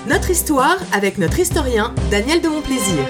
Notre histoire avec notre historien Daniel de Montplaisir.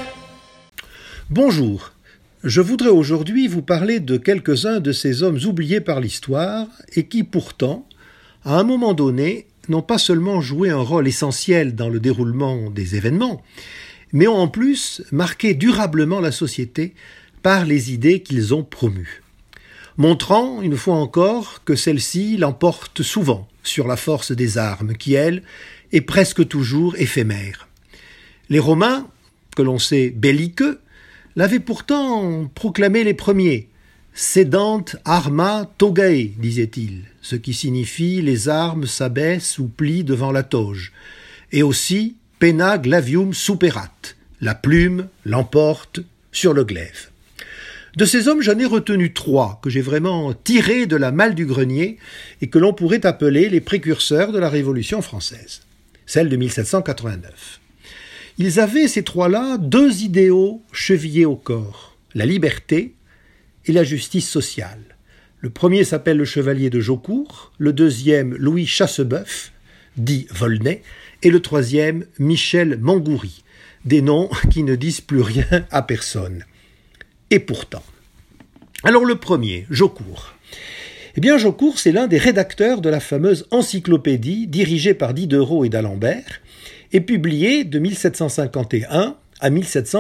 Bonjour, je voudrais aujourd'hui vous parler de quelques-uns de ces hommes oubliés par l'histoire et qui pourtant, à un moment donné, n'ont pas seulement joué un rôle essentiel dans le déroulement des événements, mais ont en plus marqué durablement la société par les idées qu'ils ont promues, montrant, une fois encore, que celle-ci l'emporte souvent sur la force des armes, qui, elle, est presque toujours éphémère. Les Romains, que l'on sait belliqueux, l'avaient pourtant proclamé les premiers. « Sedant arma togae » disait-il, ce qui signifie « les armes s'abaissent ou plient devant la toge », et aussi « pena glavium superat », la plume l'emporte sur le glaive. De ces hommes, j'en ai retenu 3 que j'ai vraiment tirés de la malle du grenier et que l'on pourrait appeler les précurseurs de la Révolution française, celle de 1789. Ils avaient, ces 3-là, 2 idéaux chevillés au corps, la liberté et la justice sociale. Le premier s'appelle le chevalier de Jaucourt, le deuxième Louis Chasseboeuf, dit Volney, et le troisième Michel Mangoury, des noms qui ne disent plus rien à personne. Et pourtant. Alors le premier, Jaucourt. Eh bien Jaucourt, c'est l'un des rédacteurs de la fameuse encyclopédie dirigée par Diderot et d'Alembert et publiée de 1751 à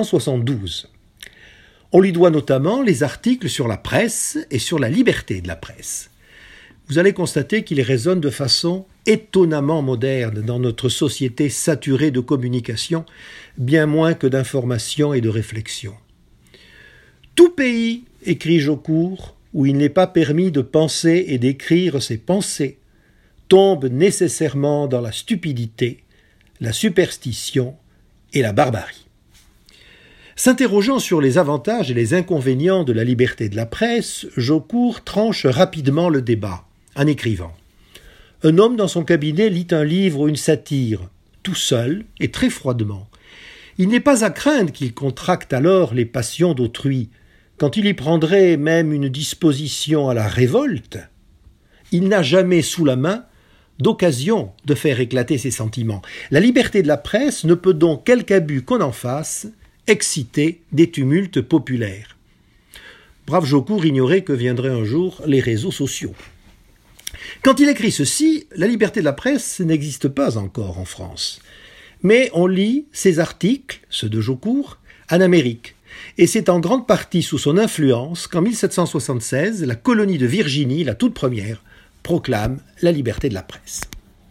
1772. On lui doit notamment les articles sur la presse et sur la liberté de la presse. Vous allez constater qu'il résonne de façon étonnamment moderne dans notre société saturée de communication, bien moins que d'information et de réflexion. Tout pays, écrit Jaucourt, où il n'est pas permis de penser et d'écrire ses pensées, tombe nécessairement dans la stupidité, la superstition et la barbarie. S'interrogeant sur les avantages et les inconvénients de la liberté de la presse, Jaucourt tranche rapidement le débat, en écrivant « Un homme dans son cabinet lit un livre ou une satire, tout seul et très froidement. Il n'est pas à craindre qu'il contracte alors les passions d'autrui. Quand il y prendrait même une disposition à la révolte, il n'a jamais sous la main d'occasion de faire éclater ses sentiments. La liberté de la presse ne peut donc, quelque abus qu'on en fasse, exciter des tumultes populaires. » Brave Jaucourt ignorait que viendraient un jour les réseaux sociaux. Quand il écrit ceci, la liberté de la presse n'existe pas encore en France. Mais on lit ses articles, ceux de Jaucourt, en Amérique. Et c'est en grande partie sous son influence qu'en 1776, la colonie de Virginie, la toute première, proclame la liberté de la presse.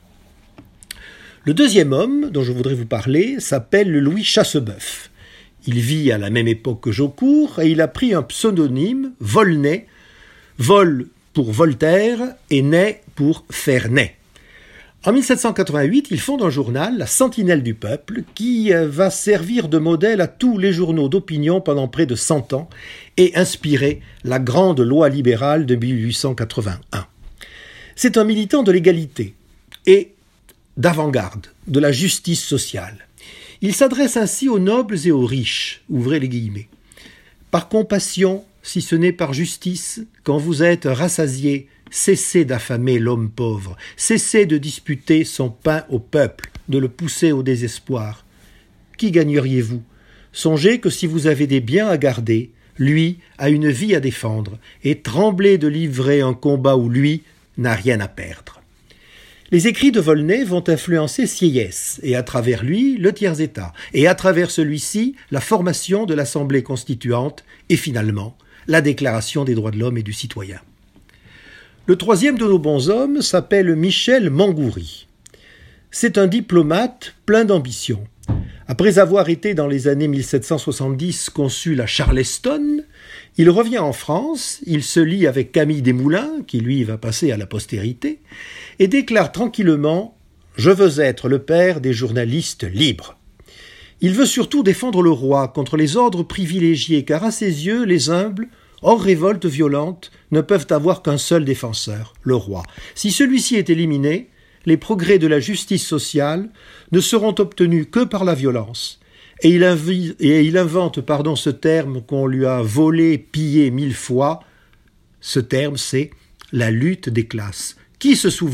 Le deuxième homme dont je voudrais vous parler s'appelle Louis Chasseboeuf. Il vit à la même époque que Jaucourt et il a pris un pseudonyme, Volney, vol pour Voltaire et ney pour Ferney. En 1788, il fonde un journal, La Sentinelle du Peuple, qui va servir de modèle à tous les journaux d'opinion pendant près de 100 ans et inspirer la grande loi libérale de 1881. C'est un militant de l'égalité et d'avant-garde, de la justice sociale. Il s'adresse ainsi aux nobles et aux riches, ouvrez les guillemets. Par compassion, si ce n'est par justice, quand vous êtes rassasiés, cessez d'affamer l'homme pauvre, cessez de disputer son pain au peuple, de le pousser au désespoir. Qui gagneriez-vous ? Songez que si vous avez des biens à garder, lui a une vie à défendre, et tremblez de livrer un combat où lui n'a rien à perdre. Les écrits de Volney vont influencer Sieyès, et à travers lui, le tiers-État, et à travers celui-ci, la formation de l'Assemblée constituante, et finalement, la Déclaration des droits de l'homme et du citoyen. Le troisième de nos bons hommes s'appelle Michel Mangoury. C'est un diplomate plein d'ambition. Après avoir été dans les années 1770 consul à Charleston, il revient en France, il se lie avec Camille Desmoulins, qui lui va passer à la postérité, et déclare tranquillement « Je veux être le père des journalistes libres ». Il veut surtout défendre le roi contre les ordres privilégiés, car à ses yeux, les humbles, hors révolte violente, ne peuvent avoir qu'un seul défenseur, le roi. Si celui-ci est éliminé, les progrès de la justice sociale ne seront obtenus que par la violence. Et il invente ce terme qu'on lui a volé, pillé 1000 fois. Ce terme, c'est la lutte des classes. Qui se souvient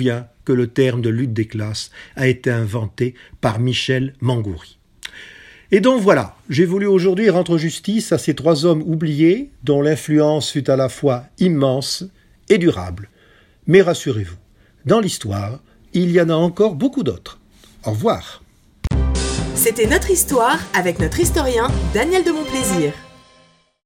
que le terme de lutte des classes a été inventé par Michel Mangouri. Et donc voilà, j'ai voulu aujourd'hui rendre justice à ces 3 hommes oubliés dont l'influence fut à la fois immense et durable. Mais rassurez-vous, dans l'histoire, il y en a encore beaucoup d'autres. Au revoir. C'était notre histoire avec notre historien Daniel de Montplaisir.